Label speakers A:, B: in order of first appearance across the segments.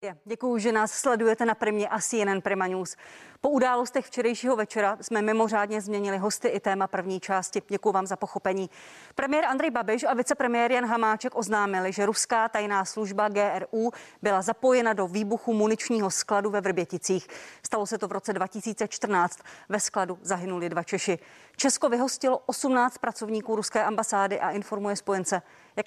A: Děkuji, že nás sledujete na Primě a CNN Prima News. Po událostech včerejšího večera jsme mimořádně změnili hosty i téma první části. Děkuji vám za pochopení. Premiér Andrej Babiš a vicepremiér Jan Hamáček oznámili, že ruská tajná služba GRU byla zapojena do výbuchu muničního skladu ve Vrběticích. Stalo se to v roce 2014. Ve skladu zahynuli 2 Češi. Česko vyhostilo 18 pracovníků ruské ambasády a informuje spojence,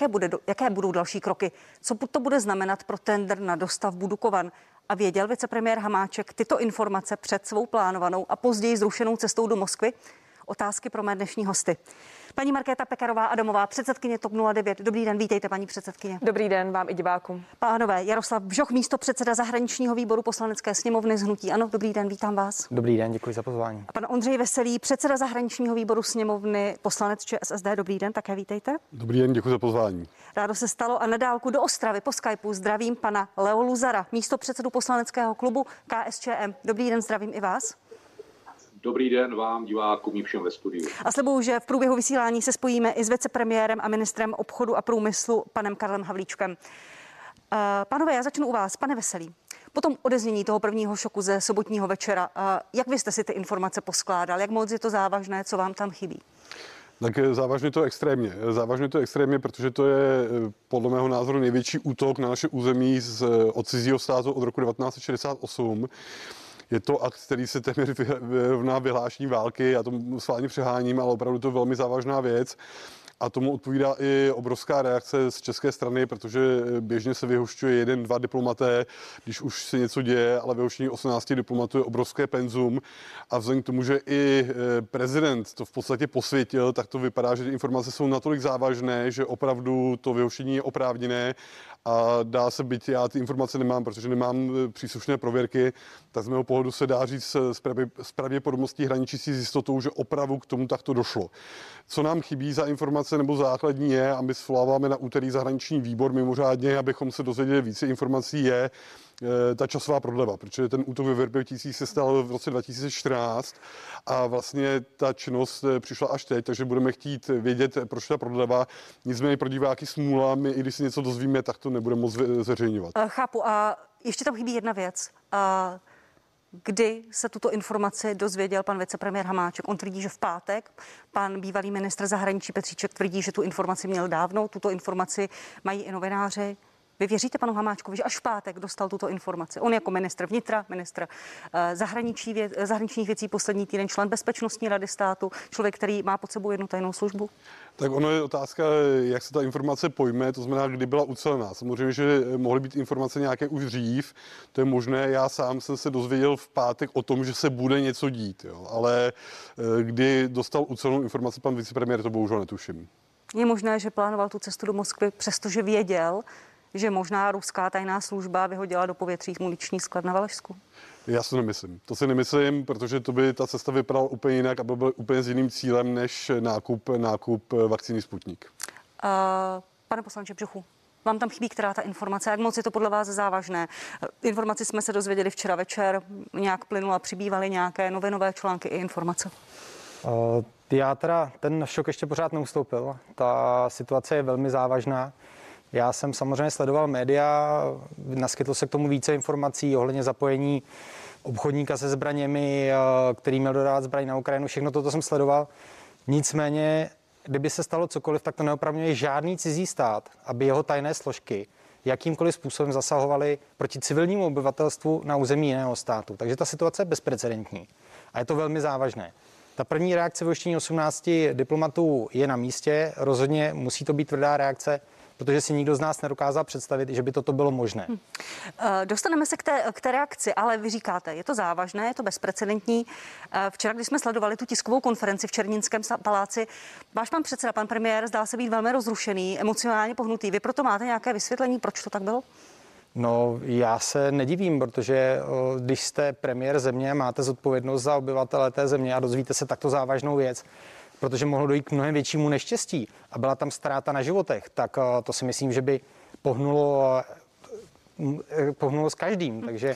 A: jaké budou další kroky. Co to bude znamenat pro tendr na dostavbu Dukovan? A věděl vicepremiér Hamáček tyto informace před svou plánovanou a později zrušenou cestou do Moskvy? Otázky pro mé dnešní hosty. Paní Markéta Pekarová Adamová, předsedkyně TOP 09. Dobrý den, vítejte, paní předsedkyně.
B: Dobrý den vám i divákům.
A: Pánové, Jaroslav Bžoch, místopředseda zahraničního výboru Poslanecké sněmovny z hnutí ANO. Dobrý den, vítám vás.
C: Dobrý den, děkuji za pozvání.
A: A pan Ondřej Veselý, předseda zahraničního výboru sněmovny, poslanec ČSSD. Dobrý den, také vítejte.
D: Dobrý den, děkuji za pozvání.
A: Rádo se stalo a na dálku do Ostravy po Skypeu zdravím pana Leo Luzara, místopředsedu poslaneckého klubu KSČM. Dobrý den, zdravím i vás.
E: Dobrý den vám, divákům i všem ve studiu.
A: A slibuju, že v průběhu vysílání se spojíme i s vicepremiérem a ministrem obchodu a průmyslu panem Karlem Havlíčkem. Pánové, já začnu u vás. Pane Veselý, po tom odeznění toho prvního šoku ze sobotního večera, jak vy jste si ty informace poskládal? Jak moc je to závažné, co vám tam chybí?
D: Tak závažně to extrémně. Závažně to extrémně, protože to je podle mého názoru největší útok na naše území od cizího státu od roku 1968. Je to akt, který se téměř rovná vyhlášení války, já to sválně přeháním, ale opravdu to je velmi závažná věc. A tomu odpovídá i obrovská reakce z české strany, protože běžně se vyhošťuje 1-2 diplomaté, když už se něco děje, ale vyhoštění 18 diplomatů je obrovské penzum. A vzhledem k tomu, že i prezident to v podstatě posvětil, tak to vypadá, že ty informace jsou natolik závažné, že opravdu to vyhoštění je oprávněné. A dá se, byť já ty informace nemám, protože nemám příslušné prověrky, tak z mého pohledu se dá říct s pravděpodobností hraničící s jistotou, že opravdu k tomu takto došlo. Co nám chybí za informace nebo základní je, a my svoláváme na úterý zahraniční výbor mimořádně, abychom se dozvěděli více informací, je ta časová prodleva, protože ten útok ve Vrběticích se stal v roce 2014 a vlastně ta činnost přišla až teď, takže budeme chtít vědět, proč ta prodleva. Nicméně pro diváky smůla, my i když si něco dozvíme, tak to nebudeme moc zveřejňovat.
A: Chápu a ještě tam chybí jedna věc. Kdy se tuto informaci dozvěděl pan vicepremiér Hamáček? On tvrdí, že v pátek. Pan bývalý ministr zahraničí Petříček tvrdí, že tu informaci měl dávno. Tuto informaci mají i novináři. Vy věříte panu Hamáčkovi, že až v pátek dostal tuto informaci? On jako ministr vnitra, ministr zahraničních věcí poslední týden, člen Bezpečnostní rady státu, člověk, který má pod sebou jednu tajnou službu?
D: Tak ono je otázka, jak se ta informace pojme, to znamená, kdy byla ucelená. Samozřejmě, že mohly být informace nějaké už dřív, to je možné. Já sám jsem se dozvěděl v pátek o tom, že se bude něco dít, jo. Ale kdy dostal ucelenou informaci pan vicepremiér, to bohužel netuším. Je
A: možné, že plánoval tu cestu do Moskvy, přestože věděl, že možná ruská tajná služba vyhodila do povětří muniční sklad na Valašsku?
D: Já si to nemyslím. To si nemyslím, protože to by ta cesta vypadala úplně jinak a byl úplně s jiným cílem než nákup vakcíny Sputnik.
A: Pane poslanče Bžochu, vám tam chybí která ta informace? Jak moc je to podle vás závažné? Informaci jsme se dozvěděli včera večer, nějak plynula, přibývaly nějaké novinové články i informace.
C: Ten šok ještě pořád neustoupil. Ta situace je velmi závažná. Já jsem samozřejmě sledoval média, naskytlo se k tomu více informací ohledně zapojení obchodníka se zbraněmi, který měl dodávat zbraň na Ukrajinu. Všechno toto jsem sledoval. Nicméně, kdyby se stalo cokoliv, tak to neopravňuje žádný cizí stát, aby jeho tajné složky jakýmkoliv způsobem zasahovaly proti civilnímu obyvatelstvu na území jiného státu. Takže ta situace je bezprecedentní a je to velmi závažné. Ta první reakce vyhoštění 18 diplomatů je na místě. Rozhodně musí to být tvrdá reakce, protože si nikdo z nás nedokázal představit, že by toto bylo možné.
A: Dostaneme se k té reakci, ale vy říkáte, je to závažné, je to bezprecedentní. Včera, když jsme sledovali tu tiskovou konferenci v Černínském paláci, váš pan předseda, pan premiér, zdá se být velmi rozrušený, emocionálně pohnutý. Vy proto máte nějaké vysvětlení, proč to tak bylo?
C: No, já se nedivím, protože když jste premiér země, máte zodpovědnost za obyvatele té země a dozvíte se takto závažnou věc, protože mohlo dojít k mnohem většímu neštěstí a byla tam ztráta na životech, tak to si myslím, že by pohnulo s každým. Takže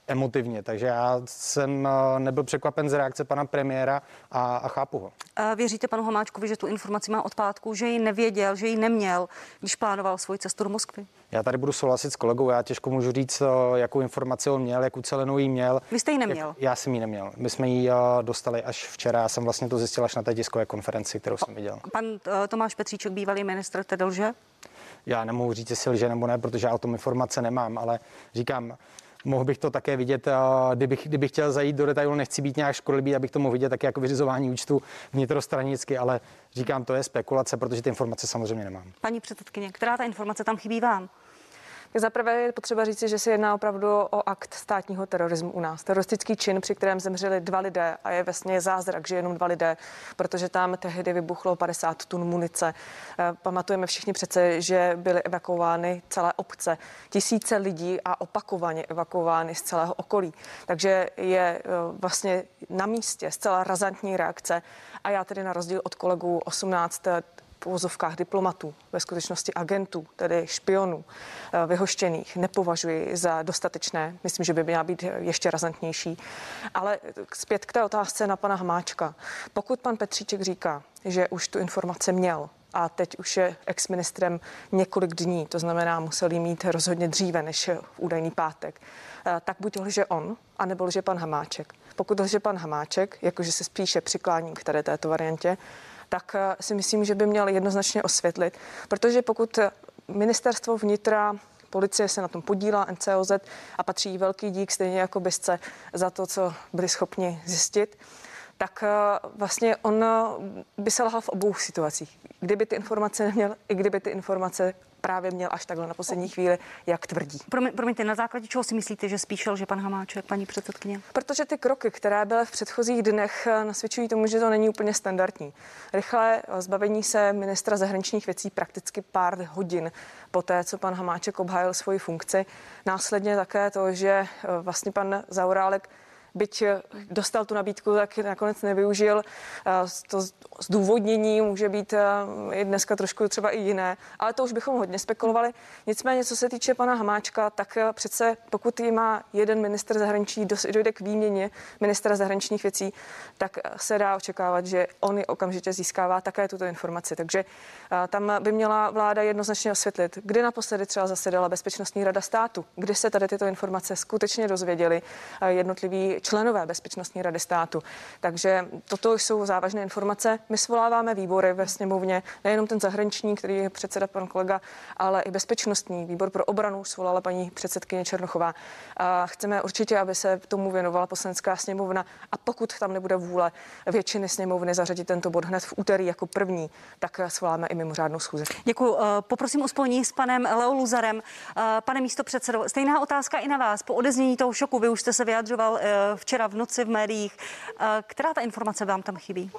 C: emotivně, takže já jsem nebyl překvapen z reakce pana premiéra a chápu ho.
A: Věříte panu Hamáčkovi, že tu informaci má od pátku, že ji nevěděl, že ji neměl, když plánoval svoji cestu do Moskvy?
C: Já tady budu souhlasit s kolegou, já těžko můžu říct, jakou informaci on měl, jak ucelenou jí měl.
A: Vy jste ji neměl?
C: Já jsem ji neměl. My jsme ji dostali až včera, já jsem vlastně to zjistil až na té tiskové konferenci, kterou jsem viděl.
A: Pan Tomáš Petříček, bývalý ministr, tedy lže?
C: Já nemohu říct, jestli lže nebo ne, protože já o tom informace nemám, ale říkám, mohl bych to také vidět, kdybych chtěl zajít do detailu, nechci být nějak škodlivý, abych to mohl vidět taky jako vyřizování účtu vnitrostranicky, ale říkám, to je spekulace, protože ty informace samozřejmě nemám.
A: Paní předsedkyně, která ta informace tam chybí vám?
B: Tak zaprvé je potřeba říci, že se jedná opravdu o akt státního terorismu u nás. Teroristický čin, při kterém zemřeli 2 lidé a je vlastně zázrak, že jenom 2 lidé, protože tam tehdy vybuchlo 50 tun munice. Pamatujeme všichni přece, že byly evakuovány celé obce, tisíce lidí a opakovaně evakuovány z celého okolí. Takže je vlastně na místě zcela razantní reakce a já tedy na rozdíl od kolegů 18 v uvozovkách diplomatů, ve skutečnosti agentů, tedy špionů, vyhoštěných, nepovažuji za dostatečné. Myslím, že by měla být ještě razantnější. Ale zpět k té otázce na pana Hamáčka. Pokud pan Petříček říká, že už tu informaci měl a teď už je exministrem několik dní, to znamená, musel jí mít rozhodně dříve než v údajný pátek, tak buď lže on, anebo lže pan Hamáček. Pokud lže pan Hamáček, jakože se spíše přikláním k této variantě, tak si myslím, že by měl jednoznačně osvětlit, protože pokud ministerstvo vnitra, policie se na tom podílá, NCOZ a patří velký dík stejně jako BISce za to, co byli schopni zjistit, tak vlastně on by se lhal v obou situacích. Kdyby ty informace neměl, i kdyby ty informace právě měl až takhle na poslední chvíli, jak tvrdí.
A: Promiňte, na základě čeho si myslíte, že spíš lže pan Hamáček, paní předsedkyně?
B: Protože ty kroky, které byly v předchozích dnech, nasvědčují tomu, že to není úplně standardní. Rychlé zbavení se ministra zahraničních věcí prakticky pár hodin poté, co pan Hamáček obhájil svoji funkci. Následně také to, že vlastně pan Zaorálek byť dostal tu nabídku, tak nakonec nevyužil. To zdůvodnění může být i dneska trošku třeba i jiné, ale to už bychom hodně spekulovali. Nicméně, co se týče pana Hamáčka, tak přece pokud jí má jeden ministr zahraničí, dojde k výměně ministra zahraničních věcí, tak se dá očekávat, že on ji okamžitě získává také tuto informaci. Takže tam by měla vláda jednoznačně osvětlit, kdy naposledy třeba zasedala Bezpečnostní rada státu, kdy se tady tyto informace skutečně dozvěděli jednotliví členové Bezpečnostní rady státu. Takže toto jsou závažné informace. My svoláváme výbory ve sněmovně, nejenom ten zahraniční, který je předseda pan kolega, ale i bezpečnostní. Výbor pro obranu svolala paní předsedkyně Černochová. A chceme určitě, aby se tomu věnovala Poslanecká sněmovna a pokud tam nebude vůle většiny sněmovny zařadit tento bod hned v úterý jako první, tak svoláme i mimořádnou schůzi.
A: Děkuji. Poprosím o spojení s panem Leo Luzarem. Pane místopředsedo, stejná otázka i na vás. Po odeznění toho šoku, vy už jste se vyjadřoval včera v noci v médiích. Která ta informace vám tam chybí?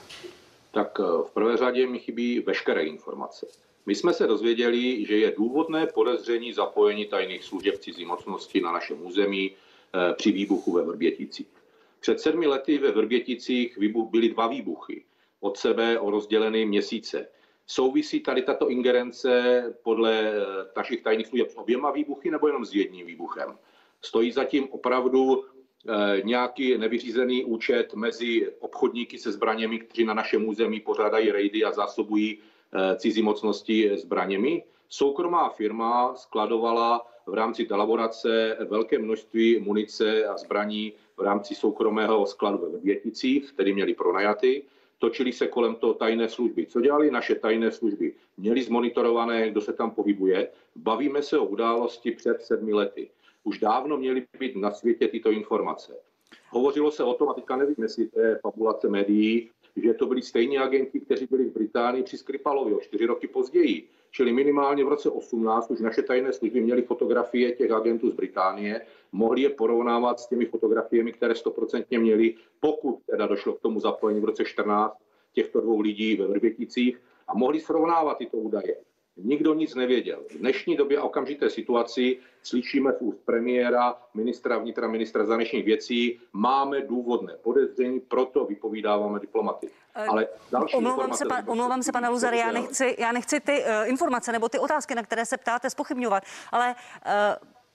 E: Tak v prvé řadě mi chybí veškeré informace. My jsme se dozvěděli, že je důvodné podezření zapojení tajných služeb cizí mocnosti na našem území při výbuchu ve Vrběticích. Před 7 lety ve Vrběticích byly 2 výbuchy od sebe o rozdělené měsíce. Souvisí tady tato ingerence podle našich tajných služeb s oběma výbuchy nebo jenom s jedním výbuchem? Stojí zatím opravdu nějaký nevyřízený účet mezi obchodníky se zbraněmi, kteří na našem území pořádají rejdy a zásobují cizí mocnosti zbraněmi. Soukromá firma skladovala v rámci elaborace velké množství munice a zbraní v rámci soukromého skladu ve Vrběticích, který měli pronajaty. Točili se kolem toho tajné služby. Co dělali naše tajné služby? Měli zmonitorované, kdo se tam pohybuje. Bavíme se o události před 7 lety. Už dávno měly být na světě tyto informace. Hovořilo se o tom, a teďka nevím, jestli to je fabulace médií, že to byli stejní agenti, kteří byli v Británii při Skripalovi o 4 roky později. Čili minimálně v roce 18 už naše tajné služby měly fotografie těch agentů z Británie, mohli je porovnávat s těmi fotografiemi, které 100% měli, pokud teda došlo k tomu zapojení v roce 14 těchto 2 lidí ve Vrběticích a mohli srovnávat tyto údaje. Nikdo nic nevěděl. V dnešní době a okamžité situaci slyšíme z úst premiéra, ministra vnitra, ministra zahraničních věcí, máme důvodné podezření, proto vypovídáváme diplomaty. Ale
A: omlouvám se, pane Luzare, já nechci ty informace nebo ty otázky, na které se ptáte, zpochybňovat, ale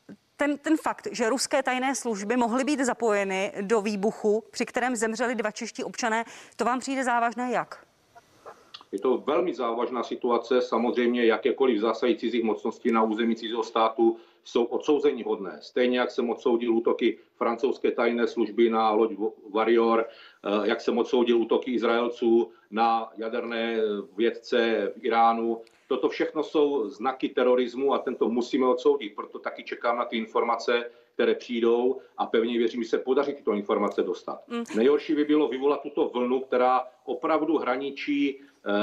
A: ten fakt, že ruské tajné služby mohly být zapojeny do výbuchu, při kterém zemřeli 2 čeští občané, to vám přijde závažné jak?
E: Je to velmi závažná situace. Samozřejmě jakékoliv zásahy cizích mocností na území cizího státu jsou odsouzeníhodné. Stejně jak jsem odsoudil útoky francouzské tajné služby na loď Warrior, jak jsem odsoudil útoky Izraelců na jaderné vědce v Iránu. Toto všechno jsou znaky terorismu a tento musíme odsoudit. Proto taky čekám na ty informace, které přijdou a pevně věřím, že se podaří tyto informace dostat. Nejhorší by bylo vyvolat tuto vlnu, která opravdu hraničí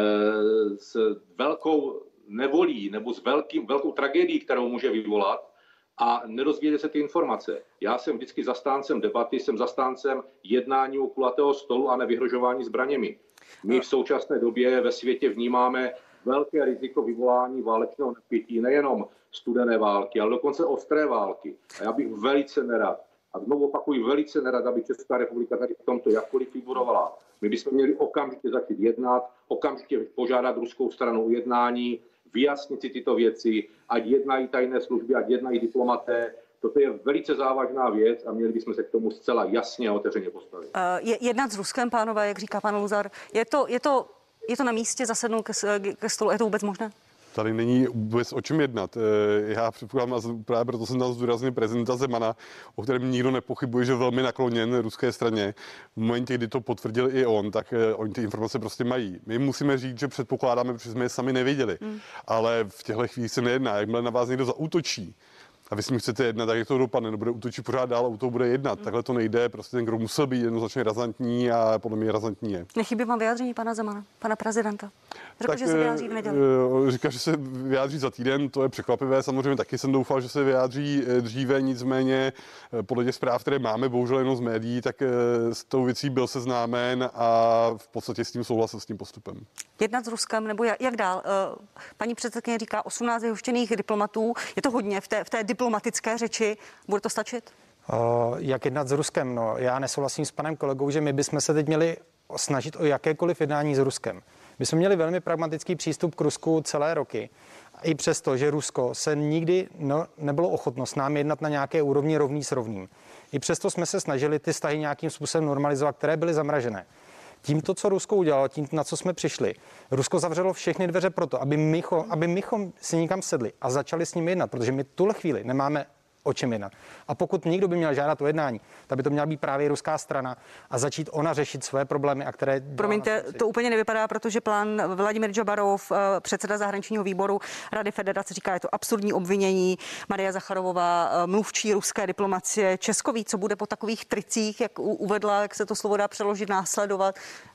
E: s velkou nevolí nebo s velkou tragédií, kterou může vyvolat a nedozvědět se ty informace. Já jsem vždycky zastáncem debaty, jsem zastáncem jednání u kulatého stolu a nevyhrožování zbraněmi. My v současné době ve světě vnímáme velké riziko vyvolání válečného napětí, nejenom studené války, ale dokonce ostré války. A já bych velice nerad, a znovu opakuju, velice nerad, aby Česká republika tady v tomto jakkoliv figurovala. My bychom měli okamžitě začít jednat, okamžitě požádat ruskou stranu o jednání, vyjasnit si tyto věci, ať jednají tajné služby, ať jednají diplomaté. Toto je velice závažná věc a měli bychom se k tomu zcela jasně a otevřeně postavit.
A: Jednat s Ruskem, pánové, jak říká pan Luzar, je to na místě zasednout ke stolu, je to vůbec možné?
D: Tady není vůbec o čem jednat. Já předpokládám, právě proto jsem dal zdůraznit prezidenta Zemana, o kterém nikdo nepochybuje, že velmi nakloněn ruské straně. V momentě, kdy to potvrdil i on, tak oni ty informace prostě mají. My musíme říct, že předpokládáme, protože jsme je sami nevěděli. Ale v těchto chvílích se nejedná. Jakmile na vás někdo zaútočí, a vy s ním chcete jednat, tak jak to dopadne, nebude útočit pořád dál, u toho bude jednat. Takhle to nejde, prostě ten krok musel být jednoznačně razantní a podle mě razantní je.
A: Nechybí vám vyjádření pana Zemana, pana prezidenta? Řekl, že se vyjádří v neděli.
D: Říká, že se vyjádří za týden, to je překvapivé. Samozřejmě taky jsem doufal, že se vyjádří dříve, nicméně podle těch zpráv, které máme, bohužel jenom z médií, tak s tou věcí byl seznámen a v podstatě s tím souhlasil s tím postupem.
A: Jednat s Ruskem nebo jak dál? Paní předsedkyně říká 18 vyhoštěných diplomatů. Je to hodně v té diplomatické řeči. Bude to stačit?
C: Jak jednat s Ruskem? No, já nesouhlasím s panem kolegou, že my bychom se teď měli snažit o jakékoliv jednání s Ruskem. My jsme měli velmi pragmatický přístup k Rusku celé roky. I přesto, že Rusko se nikdy nebylo ochotno s námi jednat na nějaké úrovni rovný s rovným. I přesto jsme se snažili ty vztahy nějakým způsobem normalizovat, které byly zamražené. Tímto, co Rusko udělalo, tím, na co jsme přišli, Rusko zavřelo všechny dveře proto, aby mychom si někam sedli a začali s nimi jednat, protože my tuhle chvíli nemáme o čem jednat. A pokud někdo by měl žádat o jednání, tak by to měla být právě ruská strana a začít ona řešit své problémy, a které...
A: Promiňte, to úplně nevypadá, protože plán Vladimír Džabarov, předseda zahraničního výboru Rady federace, říká, je to absurdní obvinění. Maria Zacharovová, mluvčí ruské diplomacie. Česko ví, co bude po takových tricích, jak uvedla, jak se to slovo dá přeložit, následovat.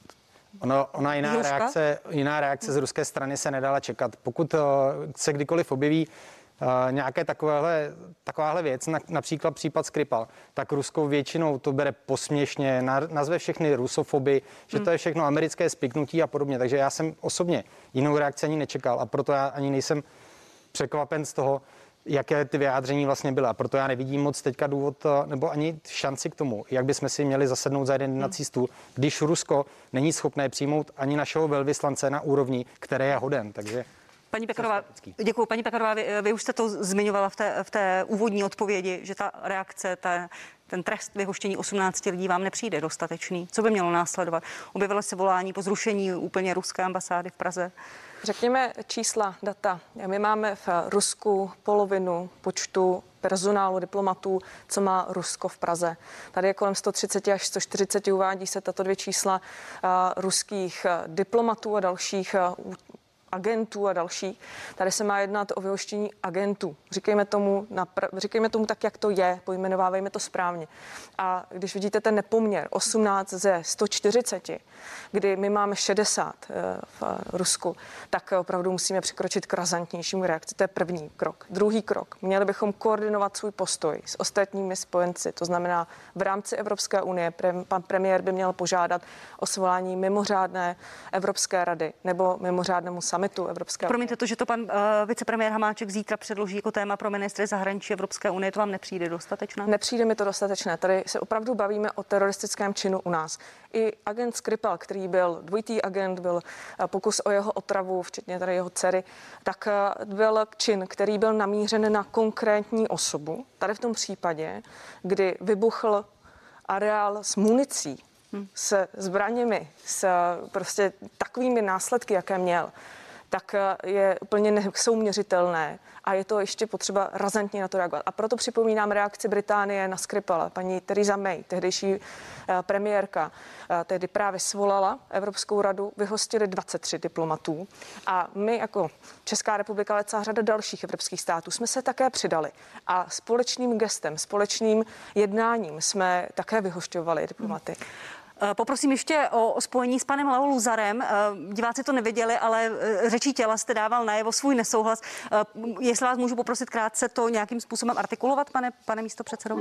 C: Ona jiná reakce z ruské strany se nedala čekat. Pokud se kdykoliv objeví nějaké takováhle věc, například případ Skripal, tak Rusko většinou to bere posměšně, nazve všechny rusofoby, že to je všechno americké spiknutí a podobně. Takže já jsem osobně jinou reakci ani nečekal a proto já ani nejsem překvapen z toho, jaké ty vyjádření vlastně byla. Proto já nevidím moc teďka důvod nebo ani šanci k tomu, jak bychom si měli zasednout za jeden jednací stůl, když Rusko není schopné přijmout ani našeho velvyslance na úrovni, které je hoden. Takže
A: Paní Pekarová, děkuji. Paní Pekarová, vy už jste to zmiňovala v té úvodní odpovědi, že ta reakce, ten trest vyhoštění 18 lidí vám nepřijde dostatečný. Co by mělo následovat? Objevilo se volání po zrušení úplně ruské ambasády v Praze?
B: Řekněme čísla, data. My máme v Rusku polovinu počtu personálu, diplomatů, co má Rusko v Praze. Tady je kolem 130 až 140, uvádí se tato 2 čísla ruských diplomatů a dalších agentů a dalších. Tady se má jednat o vyhoštění agentů. Říkejme tomu tak, jak to je, pojmenovávejme to správně. A když vidíte ten nepoměr 18 ze 140, kdy my máme 60 v Rusku, tak opravdu musíme překročit k razantnějšímu reakci. To je první krok. Druhý krok. Měli bychom koordinovat svůj postoj s ostatními spojenci. To znamená, v rámci Evropské unie pan premiér by měl požádat o svolání mimořádné Evropské rady nebo mimořádnému summitu summitu Evropské unie.
A: Promiňte, to, že to pan vicepremiér Hamáček zítra předloží jako téma pro ministry zahraničí Evropské unie, to vám nepřijde dostatečné?
B: Nepřijde mi to dostatečné. Tady se opravdu bavíme o teroristickém činu u nás. I agent Skripal, který byl dvojitý agent, byl pokus o jeho otravu, včetně tady jeho dcery, tak byl čin, který byl namířen na konkrétní osobu. Tady v tom případě, kdy vybuchl areál s municí, s zbraněmi, s prostě takovými následky, jaké měl, tak je úplně nesouměřitelné a je to ještě potřeba razantně na to reagovat. A proto připomínám reakci Británie na Skripala. Paní Theresa May, tehdejší premiérka, tehdy právě svolala Evropskou radu, vyhostili 23 diplomatů a my jako Česká republika, ale celá řada dalších evropských států jsme se také přidali a společným gestem, společným jednáním jsme také vyhošťovali diplomaty.
A: Poprosím ještě o spojení s panem Leo Luzarem. Diváci to neviděli, ale řečí těla jste dával najevo svůj nesouhlas. Jestli vás můžu poprosit krátce to nějakým způsobem artikulovat, pane místopředsedo?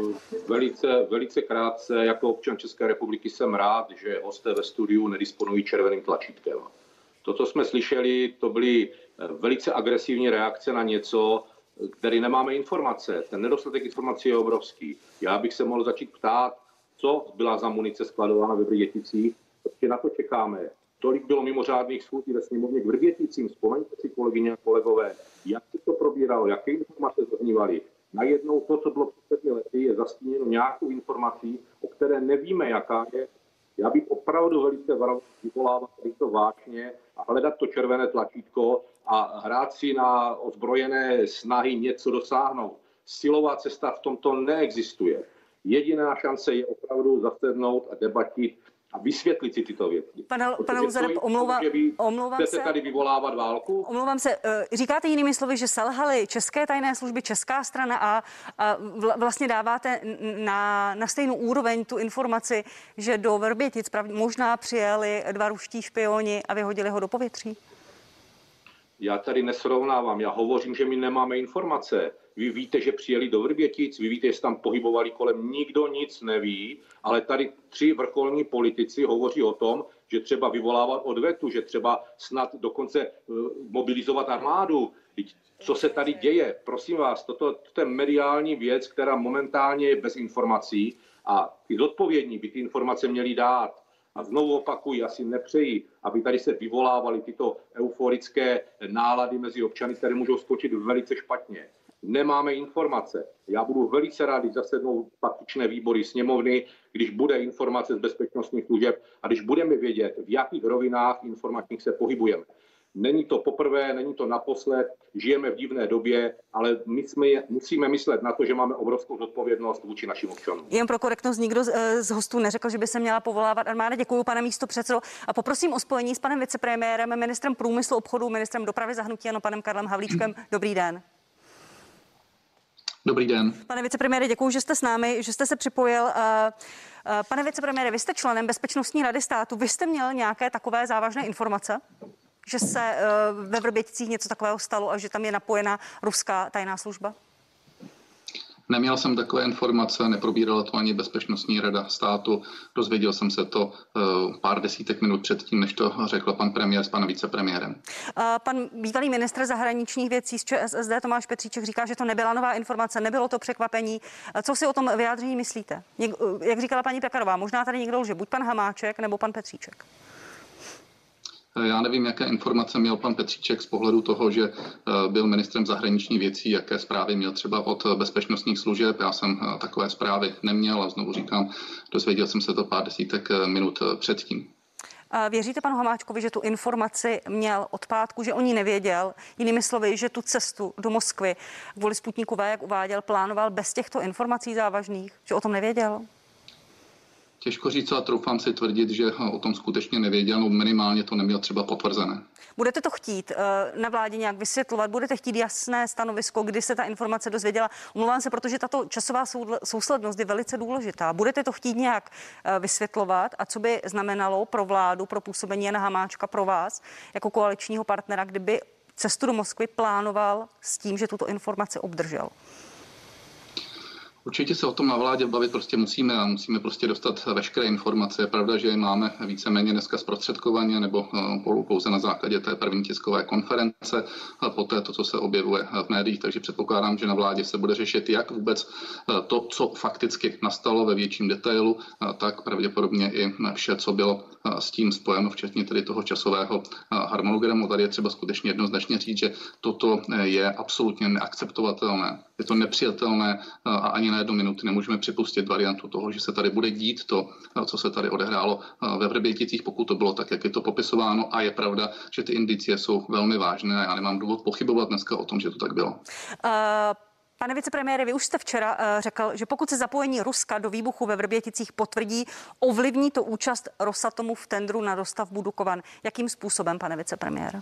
E: Velice krátce. Jako občan České republiky jsem rád, že hosté ve studiu nedisponují červeným tlačítkem. To, co jsme slyšeli, to byly velice agresivní reakce na něco, který nemáme informace. Ten nedostatek informací je obrovský. Já bych se mohl začít ptát, co byla za munice skladována ve Vrběticích, protože na to čekáme. Tolik bylo mimořádných schůzí ve sněmovně k Vrběticím. Vzpomeňte si, kolegyně a kolegové, jak se to probíralo, jaké informace zaznívaly. Najednou to, co bylo před 7 lety, je zastíněno nějakou informací, o které nevíme, jaká je. Já bych opravdu velice varoval vyvolávat to vážně a hledat to červené tlačítko a hrát si na ozbrojené snahy něco dosáhnout. Silová cesta v tomto neexistuje. Jediná šance je opravdu zasednout a debatit a vysvětlit si tyto věci.
A: Pane Luzare, omlouvám se.
E: Chcete tady vyvolávat válku?
A: Omlouvám se. Říkáte jinými slovy, že selhaly české tajné služby, česká strana a vlastně dáváte na stejnou úroveň tu informaci, že do Vrbětic možná přijeli 2 ruští špioni a vyhodili ho do povětří?
E: Já tady nesrovnávám. Já hovořím, že my nemáme informace. Vy víte, že přijeli do Vrbětic, vy víte, že se tam pohybovali kolem, nikdo nic neví, ale tady 3 vrcholní politici hovoří o tom, že třeba vyvolávat odvetu, že třeba snad dokonce mobilizovat armádu. Co se tady děje? Prosím vás, toto je mediální věc, která momentálně je bez informací a ty zodpovědní by ty informace měli dát. A znovu opakuji, asi nepřeji, aby tady se vyvolávaly tyto euforické nálady mezi občany, které můžou skočit velice špatně. Nemáme informace. Já budu velice rád, když zasednou patřičné výbory sněmovny, když bude informace z bezpečnostních služeb a když budeme vědět, v jakých rovinách informačních se pohybujeme. Není to poprvé, není to naposled, žijeme v divné době, ale my musíme myslet na to, že máme obrovskou zodpovědnost vůči našim občanům.
A: Jen pro korektnost, nikdo z hostů neřekl, že by se měla povolávat armáda. Děkuji, pane místopředsedo. A poprosím o spojení s panem vicepremiérem, ministrem průmyslu, obchodu, ministrem dopravy za hnutí ANO, panem Karlem Havlíčkem. Dobrý den.
F: Dobrý den.
A: Pane vicepremiére, děkuji, že jste s námi, že jste se připojil. Pane vicepremiére, vy jste členem Bezpečnostní rady státu. Vy jste měl nějaké takové závažné informace, že se ve Vrběticích něco takového stalo a že tam je napojena ruská tajná služba?
F: Neměl jsem takové informace, neprobírala to ani Bezpečnostní rada státu. Dozvěděl jsem se to pár desítek minut předtím, než to řekl pan premiér s panem vicepremiérem.
A: Pan bývalý ministr zahraničních věcí z ČSSD Tomáš Petříček říká, že to nebyla nová informace, nebylo to překvapení. Co si o tom vyjádření myslíte? Jak říkala paní Pekarová, možná tady někdo lže, buď pan Hamáček nebo pan Petříček.
F: Já nevím, jaké informace měl pan Petříček z pohledu toho, že byl ministrem zahraničních věcí, jaké zprávy měl třeba od bezpečnostních služeb. Já jsem takové zprávy neměl a znovu říkám, dozvěděl jsem se to pár desítek minut předtím.
A: Věříte panu Hamáčkovi, že tu informaci měl od pátku, že o ní nevěděl? Jinými slovy, že tu cestu do Moskvy kvůli Sputniku V, jak uváděl, plánoval bez těchto informací závažných, že o tom nevěděl?
F: Těžko říct, ale troufám si tvrdit, že o tom skutečně nevěděl, no minimálně to neměl třeba potvrzené.
A: Budete to chtít na vládě nějak vysvětlovat? Budete chtít jasné stanovisko, kdy se ta informace dozvěděla? Omlouvám se, protože tato časová souslednost je velice důležitá. Budete to chtít nějak vysvětlovat? A co by znamenalo pro vládu, pro působení Jana Hamáčka, pro vás jako koaličního partnera, kdyby cestu do Moskvy plánoval s tím, že tuto informaci obdržel?
F: Určitě se o tom na vládě bavit prostě musíme a musíme prostě dostat veškeré informace. Je pravda, že je máme víceméně dneska zprostředkovaně nebo pouze na základě té první tiskové konference a poté to, co se objevuje v médiích, takže předpokládám, že na vládě se bude řešit jak vůbec to, co fakticky nastalo ve větším detailu, tak pravděpodobně i vše, co bylo s tím spojeno, včetně tedy toho časového harmonogramu. Tady je třeba skutečně jednoznačně říct, že toto je absolutně neakceptovatelné. Je to nepřijatelné a ani na 1 minutu nemůžeme připustit variantu toho, že se tady bude dít to, co se tady odehrálo ve Vrběticích, pokud to bylo tak, jak je to popisováno. A je pravda, že ty indicie jsou velmi vážné a já nemám důvod pochybovat dneska o tom, že to tak bylo.
A: Pane vicepremiére, vy už jste včera řekl, že pokud se zapojení Ruska do výbuchu ve Vrběticích potvrdí, ovlivní to účast Rosatomu v tendru na dostavbu Dukovan. Jakým způsobem, pane vicepremiére?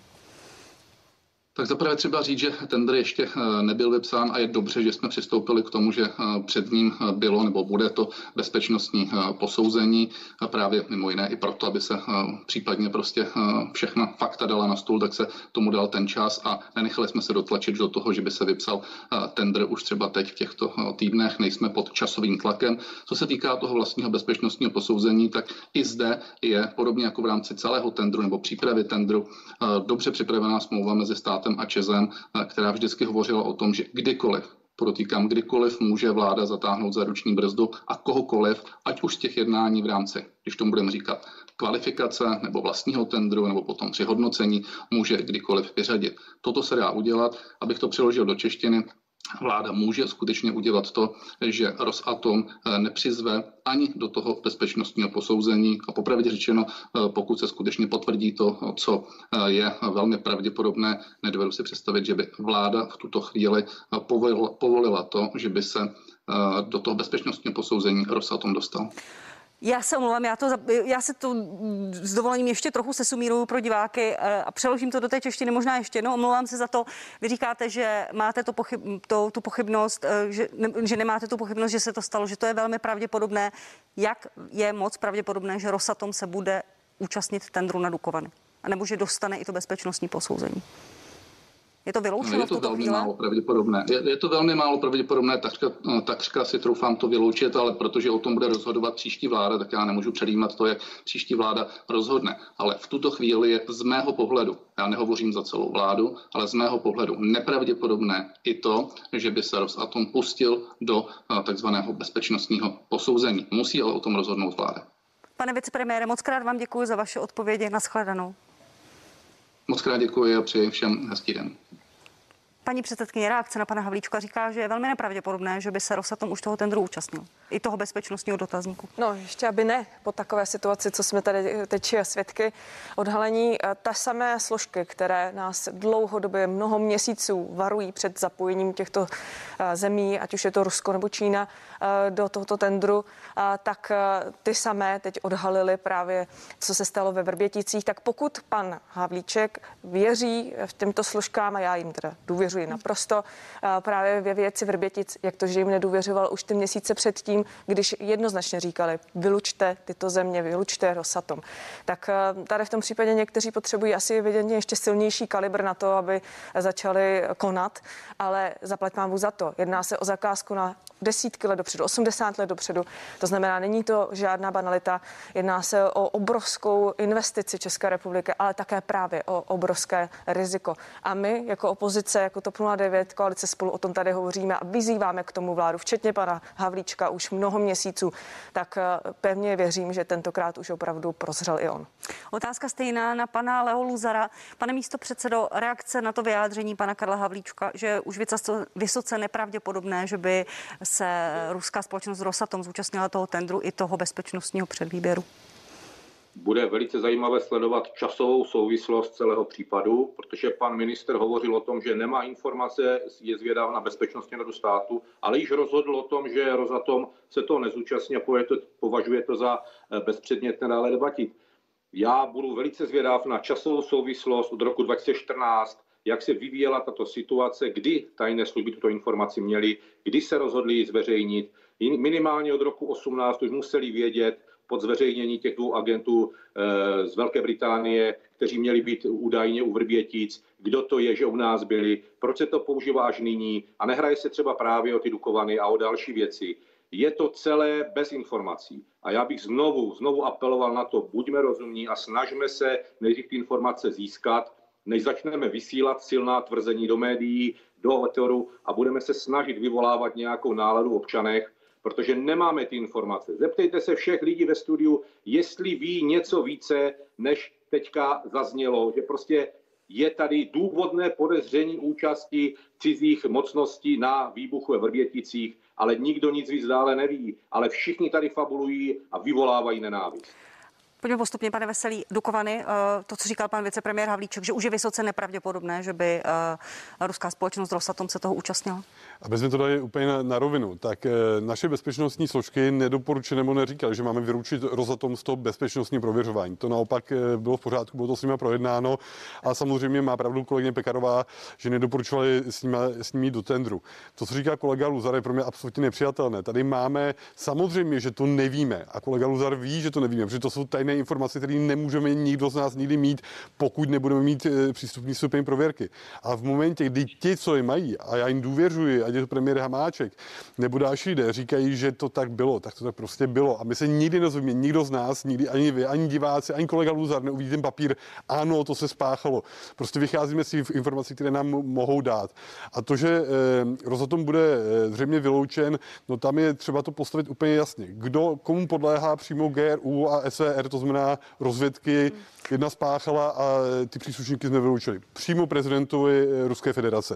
F: Tak zaprvé třeba říct, že tendr ještě nebyl vypsán a je dobře, že jsme přistoupili k tomu, že před ním bylo nebo bude to bezpečnostní posouzení právě mimo jiné i proto, aby se případně prostě všechna fakta dala na stůl, tak se tomu dal ten čas a nenechali jsme se dotlačit do toho, že by se vypsal tendr už třeba teď v těchto týdnech, nejsme pod časovým tlakem. Co se týká toho vlastního bezpečnostního posouzení, tak i zde je podobně jako v rámci celého tendru nebo přípravy tendru dobře připravená smlouva mezi státem a ČEZem, která vždycky hovořila o tom, že kdykoliv může vláda zatáhnout za ruční brzdu a kohokoliv, ať už z těch jednání v rámci, když tomu budeme říkat, kvalifikace nebo vlastního tendru nebo potom při hodnocení, může kdykoliv vyřadit. Toto se dá udělat, abych to přeložil do češtiny. Vláda může skutečně udělat to, že Rosatom nepřizve ani do toho bezpečnostního posouzení a popravdě řečeno, pokud se skutečně potvrdí to, co je velmi pravděpodobné, nedovedu si představit, že by vláda v tuto chvíli povolila to, že by se do toho bezpečnostního posouzení Rosatom dostal.
A: Já se omlouvám, já se to s dovolením ještě trochu sesumíruju pro diváky a přeložím to do té češtiny možná ještě jednou. Omlouvám se za to. Vy říkáte, že máte tu pochybnost, že nemáte tu pochybnost, že se to stalo, že to je velmi pravděpodobné. Jak je moc pravděpodobné, že Rosatom se bude účastnit tendru na Dukovany? A nebo že dostane i to bezpečnostní posouzení? Je to vyloučeno v tuto chvíli?
F: Je to velmi málo pravděpodobné, takřka si troufám to vyloučit, ale protože o tom bude rozhodovat příští vláda, tak já nemůžu předjímat to, jak příští vláda rozhodne. Ale v tuto chvíli je z mého pohledu, já nehovořím za celou vládu, ale z mého pohledu nepravděpodobné i to, že by se Rosatom pustil do takzvaného bezpečnostního posouzení. Musí ale o tom rozhodnout vláda.
A: Pane vicepremiére, moc krát vám děkuji za vaše odpovědi. Nashledanou.
F: Moc krát děkuji a přeji všem hezký den.
A: Paní předsedkyně, reakce na pana Havlíčka říká, že je velmi nepravděpodobné, že by se Rosatom už toho tendru účastnil. I toho bezpečnostního dotazníku.
B: No, ještě aby ne. Po takové situaci, co jsme tady teď svědky odhalení, ta samé složky, které nás dlouhodobě mnoho měsíců varují před zapojením těchto zemí, ať už je to Rusko nebo Čína, do tohoto tendru, tak ty samé teď odhalili právě, co se stalo ve Vrběticích. Tak pokud pan Havlíček věří v těmto složkám, a já jim teda důvěřuji naprosto, právě ve věci Vrbětic, jak to, že jim nedůvěřoval už ty měsíce předtím, když jednoznačně říkali, vylučte tyto země, vylučte Rosatom. Tak tady v tom případě někteří potřebují asi evidentně ještě silnější kalibr na to, aby začali konat, ale zaplať pánbůh za to. Jedná se o zakázku na desítky let dopředu, 80 let dopředu. To znamená, není to žádná banalita, jedná se o obrovskou investici České republiky, ale také právě o obrovské riziko. A my jako opozice, jako TOP 09, koalice Spolu o tom tady hovoříme a vyzýváme k tomu vládu, včetně pana Havlíčka už mnoho měsíců, tak pevně věřím, že tentokrát už opravdu prozřel i on.
A: Otázka stejná na pana Leo Luzara. Pane místopředsedo, reakce na to vyjádření pana Karla Havlíčka, že je už vysoce nepravděpodobné, že by se ruská společnost Rosatom zúčastnila toho tendru i toho bezpečnostního předvýběru?
E: Bude velice zajímavé sledovat časovou souvislost celého případu, protože pan ministr hovořil o tom, že nemá informace, je zvědav na bezpečnostní radu státu, ale již rozhodl o tom, že Rosatom se toho nezúčastní a považuje to za bezpředmětné dále debatit. Já budu velice zvědav na časovou souvislost od roku 2014, jak se vyvíjela tato situace, kdy tajné služby tuto informaci měly, kdy se rozhodli ji zveřejnit. Minimálně od roku 18 už museli vědět pod zveřejnění těch 2 agentů z Velké Británie, kteří měli být údajně u Vrbětic, kdo to je, že u nás byli, proč se to používá až nyní a nehraje se třeba právě o ty Dukovany a o další věci. Je to celé bez informací. A já bych znovu apeloval na to, buďme rozumní a snažme se nejdřív ty informace získat, než začneme vysílat silná tvrzení do médií, do eteru a budeme se snažit vyvolávat nějakou náladu v občanech, protože nemáme ty informace. Zeptejte se všech lidí ve studiu, jestli ví něco více, než teďka zaznělo, že prostě je tady důvodné podezření účasti cizích mocností na výbuchu ve Vrběticích, ale nikdo nic víc dále neví, ale všichni tady fabulují a vyvolávají nenávist.
A: Pojďme postupně, pane Veselý. Dukovany, to, co říkal pan vicepremiér Havlíček, že už je vysoce nepravděpodobné, že by ruská společnost Rosatom se toho účastnila?
D: Aby jsme to dali úplně na rovinu, tak naše bezpečnostní složky nedoporučily nebo neříkali, že máme vyručit Rosatom z toho bezpečnostní prověřování. To naopak bylo v pořádku, bylo to s nimi projednáno a samozřejmě má pravdu kolegyně Pekarová, že nedoporučovali s nimi do tendru. To, co říká kolega Luzar, je pro mě absolutně nepřijatelné. Tady máme samozřejmě, že to nevíme a kolega Luzar ví, že to nevíme, protože to jsou tajné informace, které nemůžeme nikdo z nás nikdy mít, pokud nebudeme mít přístupný stupeň prověrky. A v momentě, kdy ti, co je mají, a já jim důvěřuji, ať je to premiér Hamáček nebo další lidé, říkají, že to tak bylo, tak to tak prostě bylo. A my se nikdy nezvíme, nikdo z nás, nikdy ani vy, ani diváci, ani kolega Luzar neuvidí ten papír, ano, to se spáchalo. Prostě vycházíme z informací, které nám mohou dát. A to, že Rosatom bude zřejmě vyloučen, no tam je třeba to postavit úplně jasně. Kdo, komu podléhá přímo GRU a SVR, to znamená rozvědky, jedna spáchala a ty příslušníky jsme vyloučili. Přímo prezidentovi Ruské federace.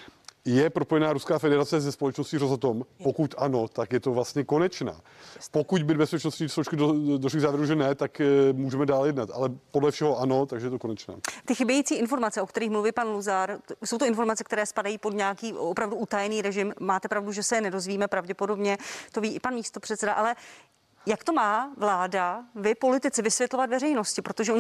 D: Je propojená Ruská federace se společností Rosatom? Pokud ano, tak je to vlastně konečná. Pokud by bezpečnostní složky došly k závěru, že ne, tak můžeme dál jednat. Ale podle všeho ano, takže je to konečná.
A: Ty chybějící informace, o kterých mluví pan Luzar, jsou to informace, které spadají pod nějaký opravdu utajený režim. Máte pravdu, že se je nedozvíme, pravděpodobně to ví i pan místopředseda, ale jak to má vláda, vy politici, vysvětlovat veřejnosti, protože